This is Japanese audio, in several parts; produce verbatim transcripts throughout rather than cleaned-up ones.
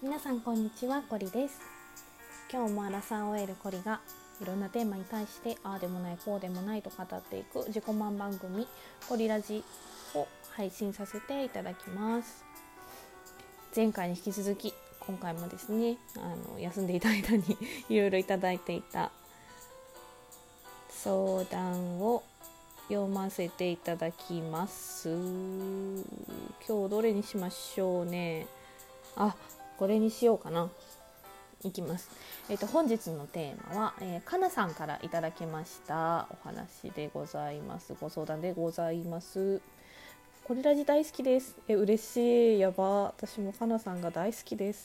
皆さんこんにちは、コリです。今日もアラサー オーエル コリがいろんなテーマに対してああでもないこうでもないと語っていく自己満番組コリラジを配信させていただきます。前回に引き続き今回もですね、あの休んでいた間にいろいろいただいていた相談を読ませていただきます。今日どれにしましょうね。あ、これにしようかな。いきます。えっと本日のテーマは、えー、かなさんからいただきましたお話でございます。ご相談でございます。コリラジ大好きです。え嬉しい。やば。私もかなさんが大好きです。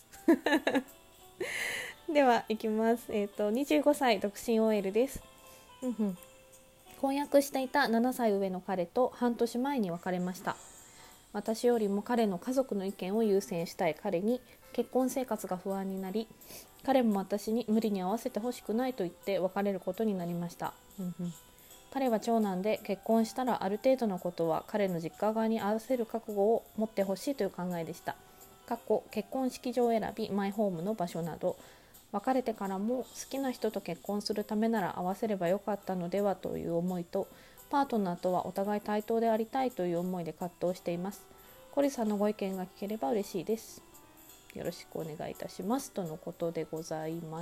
ではいきます。えっとにじゅうごさい独身 オーエル です。うんうん。婚約していたななさい上の彼と半年前に別れました。私よりも彼の家族の意見を優先したい彼に結婚生活が不安になり、彼も私に無理に合わせてほしくないと言って別れることになりました。うんうん。彼は長男で結婚したらある程度のことは彼の実家側に合わせる覚悟を持ってほしいという考えでした。かっこ結婚式場選び、マイホームの場所など、別れてからも好きな人と結婚するためなら合わせればよかったのではという思いと、パートナーとはお互い対等でありたいという思いで葛藤しています。コリさんのご意見が聞ければ嬉しいです。よろしくお願いいたしますとのことでございます。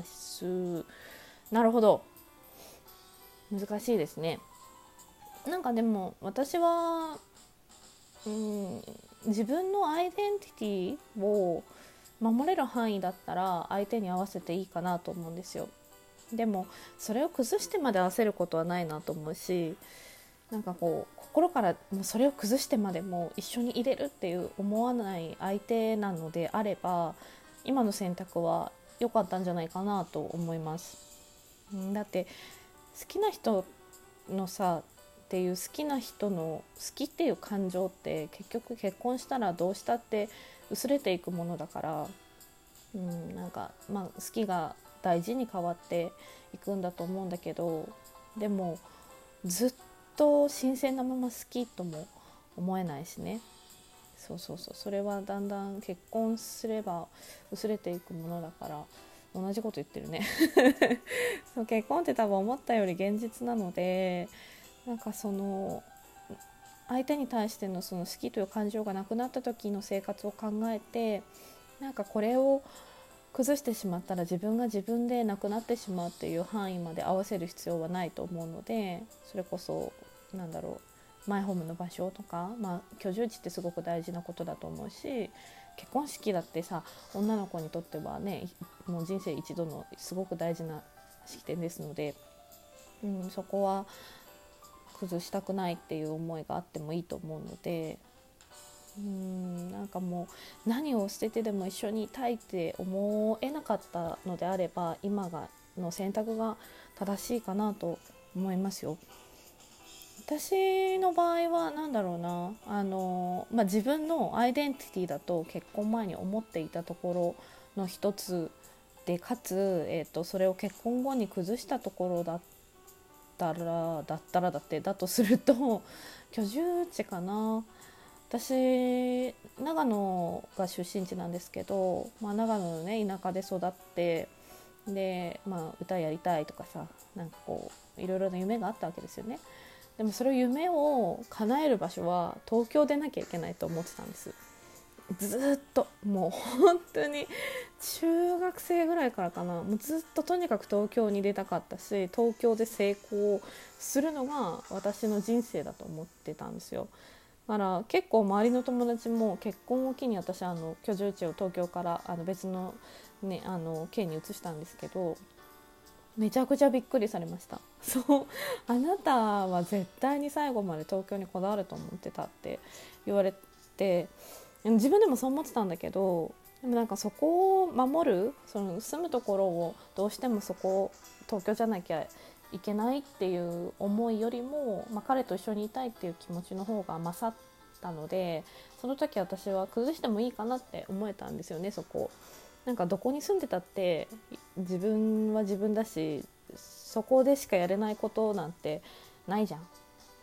なるほど。難しいですね。なんかでも私は、うん、自分のアイデンティティを守れる範囲だったら相手に合わせていいかなと思うんですよ。でもそれを崩してまで合わせることはないなと思うし、なんかこう心からもうそれを崩してまでも一緒に入れるっていう思わない相手なのであれば、今の選択は良かったんじゃないかなと思います。だって好きな人のさっていう好きな人の好きっていう感情って結局結婚したらどうしたって薄れていくものだから、うん、なんかまあ好きが大事に変わっていくんだと思うんだけど、でもずっと新鮮なまま好きとも思えないしね。そうそうそう、それはだんだん結婚すれば薄れていくものだから、同じこと言ってるね。そう結婚って多分思ったより現実なので、なんかその相手に対してのその好きという感情がなくなった時の生活を考えて、なんかこれを崩してしまったら自分が自分でなくなってしまうっていう範囲まで合わせる必要はないと思うので、それこそなんだろう、マイホームの場所とか、まあ、居住地ってすごく大事なことだと思うし、結婚式だってさ、女の子にとってはね、もう人生一度のすごく大事な式典ですので、うん、そこは崩したくないっていう思いがあってもいいと思うので、うーんなんかもう何を捨ててでも一緒にいたいって思えなかったのであれば、今がの選択が正しいかなと思いますよ。私の場合は何だろうな、あの、まあ、自分のアイデンティティだと結婚前に思っていたところの一つで、かつ、えーと、それを結婚後に崩したところだったらだったらだってだとすると居住地かな。私長野が出身地なんですけど、まあ、長野のね田舎で育って、で、まあ、歌やりたいとかさ、なんかこういろいろな夢があったわけですよね。でもそれを夢を叶える場所は東京でなきゃいけないと思ってたんです。ずっともう本当に中学生ぐらいからかな、もうずっととにかく東京に出たかったし、東京で成功するのが私の人生だと思ってたんですよ。だから結構周りの友達も結婚を機に、私あの居住地を東京からあの別の、ね、あの県に移したんですけど、めちゃくちゃびっくりされました。そうあなたは絶対に最後まで東京にこだわると思ってたって言われて、自分でもそう思ってたんだけど、でもなんかそこを守る、その住むところをどうしてもそこ東京じゃなきゃいけないっていう思いよりも、まあ、彼と一緒にいたいっていう気持ちの方が勝ったので、その時私は崩してもいいかなって思えたんですよね。そこなんかどこに住んでたって自分は自分だし、そこでしかやれないことなんてないじゃん。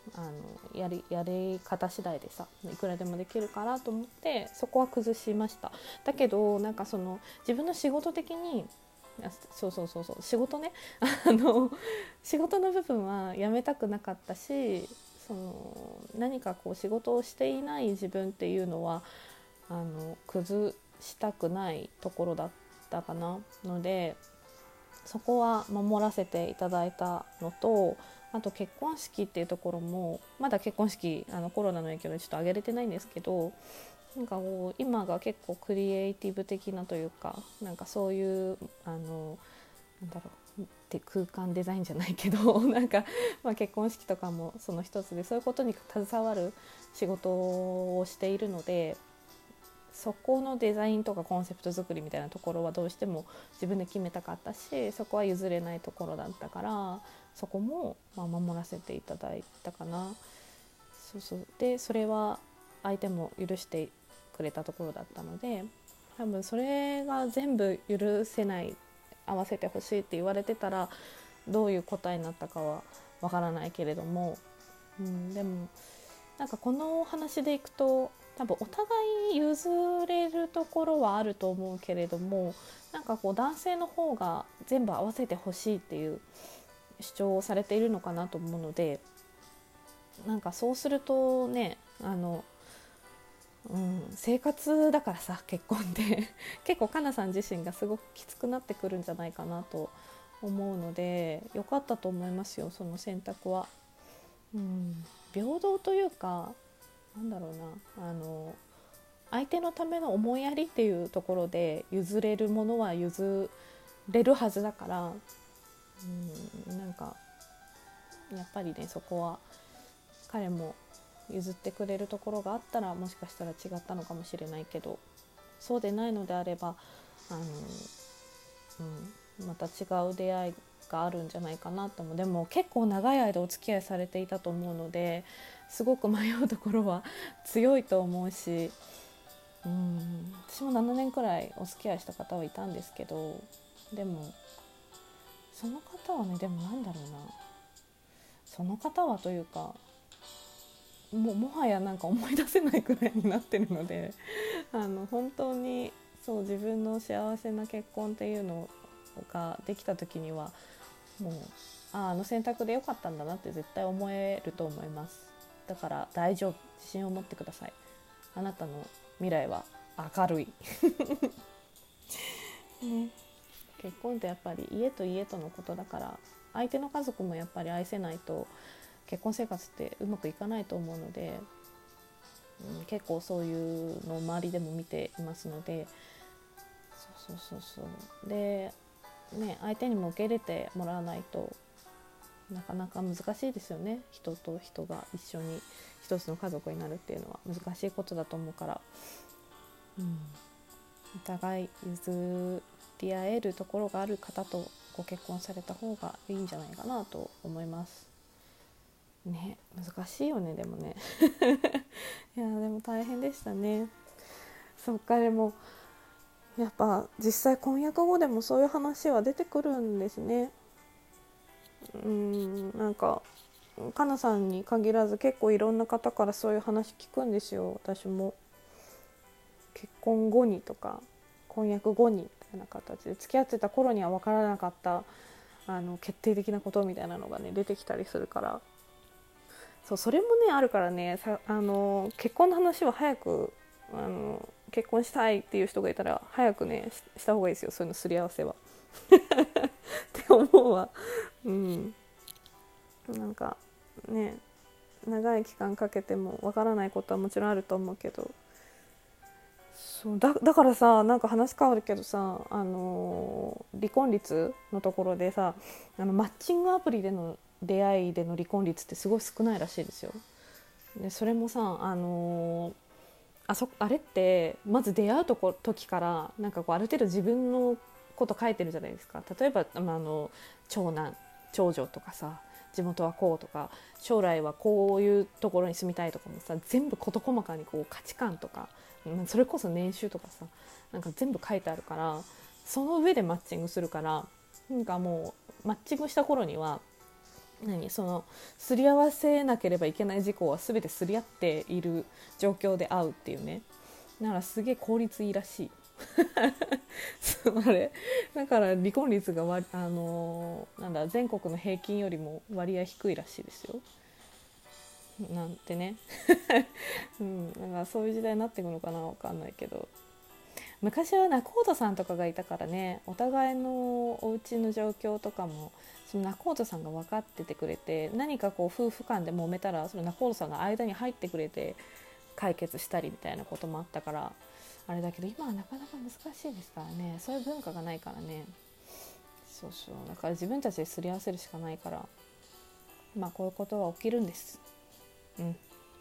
あのやり、やり方次第でさいくらでもできるからと思ってそこは崩しました。だけどなんかその自分の仕事的にあそうそうそうそう仕事ねあの仕事の部分はやめたくなかったし、その何かこう仕事をしていない自分っていうのはあの崩したくないところだったかなので、そこは守らせていただいたのと、あと結婚式っていうところもまだ結婚式あのコロナの影響でちょっと上げれてないんですけど、なんかこう今が結構クリエイティブ的なというか、なんかそういうあのなんだろうって空間デザインじゃないけどなんか、まあ、結婚式とかもその一つでそういうことに携わる仕事をしているので、そこのデザインとかコンセプト作りみたいなところはどうしても自分で決めたかったし、そこは譲れないところだったから、そこもまあ守らせていただいたかな。そうそうでそれは相手も許してくれたところだったので、多分それが全部許せない、合わせてほしいって言われてたらどういう答えになったかはわからないけれども、うん、でもなんかこのお話でいくと多分お互い譲れるところはあると思うけれども、なんかこう男性の方が全部合わせてほしいっていう主張をされているのかなと思うので、なんかそうするとね、あの、うん、生活だからさ結婚って結構かなさん自身がすごくきつくなってくるんじゃないかなと思うので、良かったと思いますよその選択は。うん、平等というかなんだろうな、あの相手のための思いやりっていうところで譲れるものは譲れるはずだから、うん、なんかやっぱりねそこは彼も譲ってくれるところがあったらもしかしたら違ったのかもしれないけど、そうでないのであればあの、うん、また違う出会いがあるんじゃないかなと思う。でも結構長い間お付き合いされていたと思うのですごく迷うところは強いと思うし、うん、私もななねんくらいお付き合いした方はいたんですけど、でもその方はね、でもなんだろうな、その方はというかもうもはやなんか思い出せないくらいになってるのであの本当にそう自分の幸せな結婚っていうのができた時にはもう あ, あの選択で良かったんだなって絶対思えると思います。だから大丈夫、自信を持ってください。あなたの未来は明るい、ね、結婚ってやっぱり家と家とのことだから、相手の家族もやっぱり愛せないと結婚生活ってうまくいかないと思うので、うん、結構そういうのを周りでも見ていますので、そうそうそうそうで、ね、相手にも受け入れてもらわないとなかなか難しいですよね。人と人が一緒に一つの家族になるっていうのは難しいことだと思うから、うん、お互い譲り合えるところがある方とご結婚された方がいいんじゃないかなと思いますね。難しいよねでもねいやでも大変でしたね。そっか、でもやっぱ実際婚約後でもそういう話は出てくるんですね。うーんなんかかなさんに限らず結構いろんな方からそういう話聞くんですよ。私も結婚後にとか婚約後にみたいな形で、付き合ってた頃には分からなかったあの決定的なことみたいなのがね出てきたりするから、そうそれもねあるからね、さあの結婚の話は早くあの結婚したいっていう人がいたら早くね し, した方がいいですよ、そういうのすり合わせはって思うわ。うんなんかね、長い期間かけてもわからないことはもちろんあると思うけど、そう だ, だからさ、なんか話変わるけどさ、あのー離婚率のところでさ、あのマッチングアプリでの出会いでの離婚率ってすごい少ないらしいですよ。でそれもさ、あのーあそあれってまず出会うとこ時からなんかこうある程度自分のこと書いてるじゃないですか。例えば、まあ、あの長男長女とかさ、地元はこうとか将来はこういうところに住みたいとかもさ、全部事細かにこう価値観とかそれこそ年収とかさ、なんか全部書いてあるから、その上でマッチングするから、なんかもうマッチングした頃には何そのすり合わせなければいけない事項は全てすり合っている状況で会うっていうね。ならすげえ効率いいらしいそうあれだから離婚率がわあのーなんだ全国の平均よりも割合低いらしいですよなんてね、うん、だからそういう時代になっていくのかなわかんないけど、昔は仲人さんとかがいたからね、お互いのお家の状況とかもその仲人さんが分かっててくれて、何かこう夫婦間で揉めたらその仲人さんが間に入ってくれて解決したりみたいなこともあったからあれだけど、今はなかなか難しいですからね。そういう文化がないからね。そうそうだから自分たちですり合わせるしかないから、まあこういうことは起きるんです。うん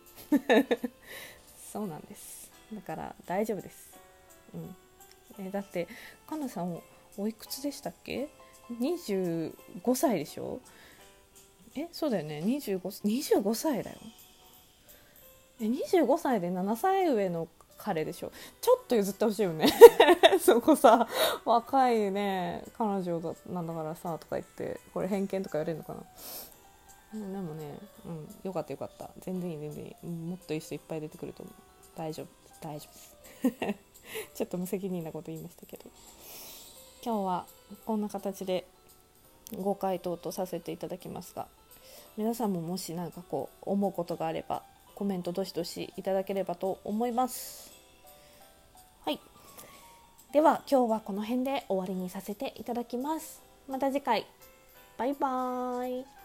そうなんです。だから大丈夫です。うんえだってかなさん お, おいくつでしたっけ？にじゅうごさいでしょ？えそうだよね。にじゅうご、にじゅうごさいだよ。えにじゅうごさいでななさい上の彼でしょ。ちょっと譲ってほしいよねそこさ、若いね彼女だなんだからさとか言って、これ偏見とか言われるのかな。でもね、うん、よかったよかった。全然いい全然いい。もっといい人いっぱい出てくると思う。大丈夫大丈夫ですちょっと無責任なこと言いましたけど、今日はこんな形でご回答とさせていただきますが、皆さんももし何かこう思うことがあればコメントどしどしいただければと思います。はい、では今日はこの辺で終わりにさせていただきます。また次回、バイバーイ。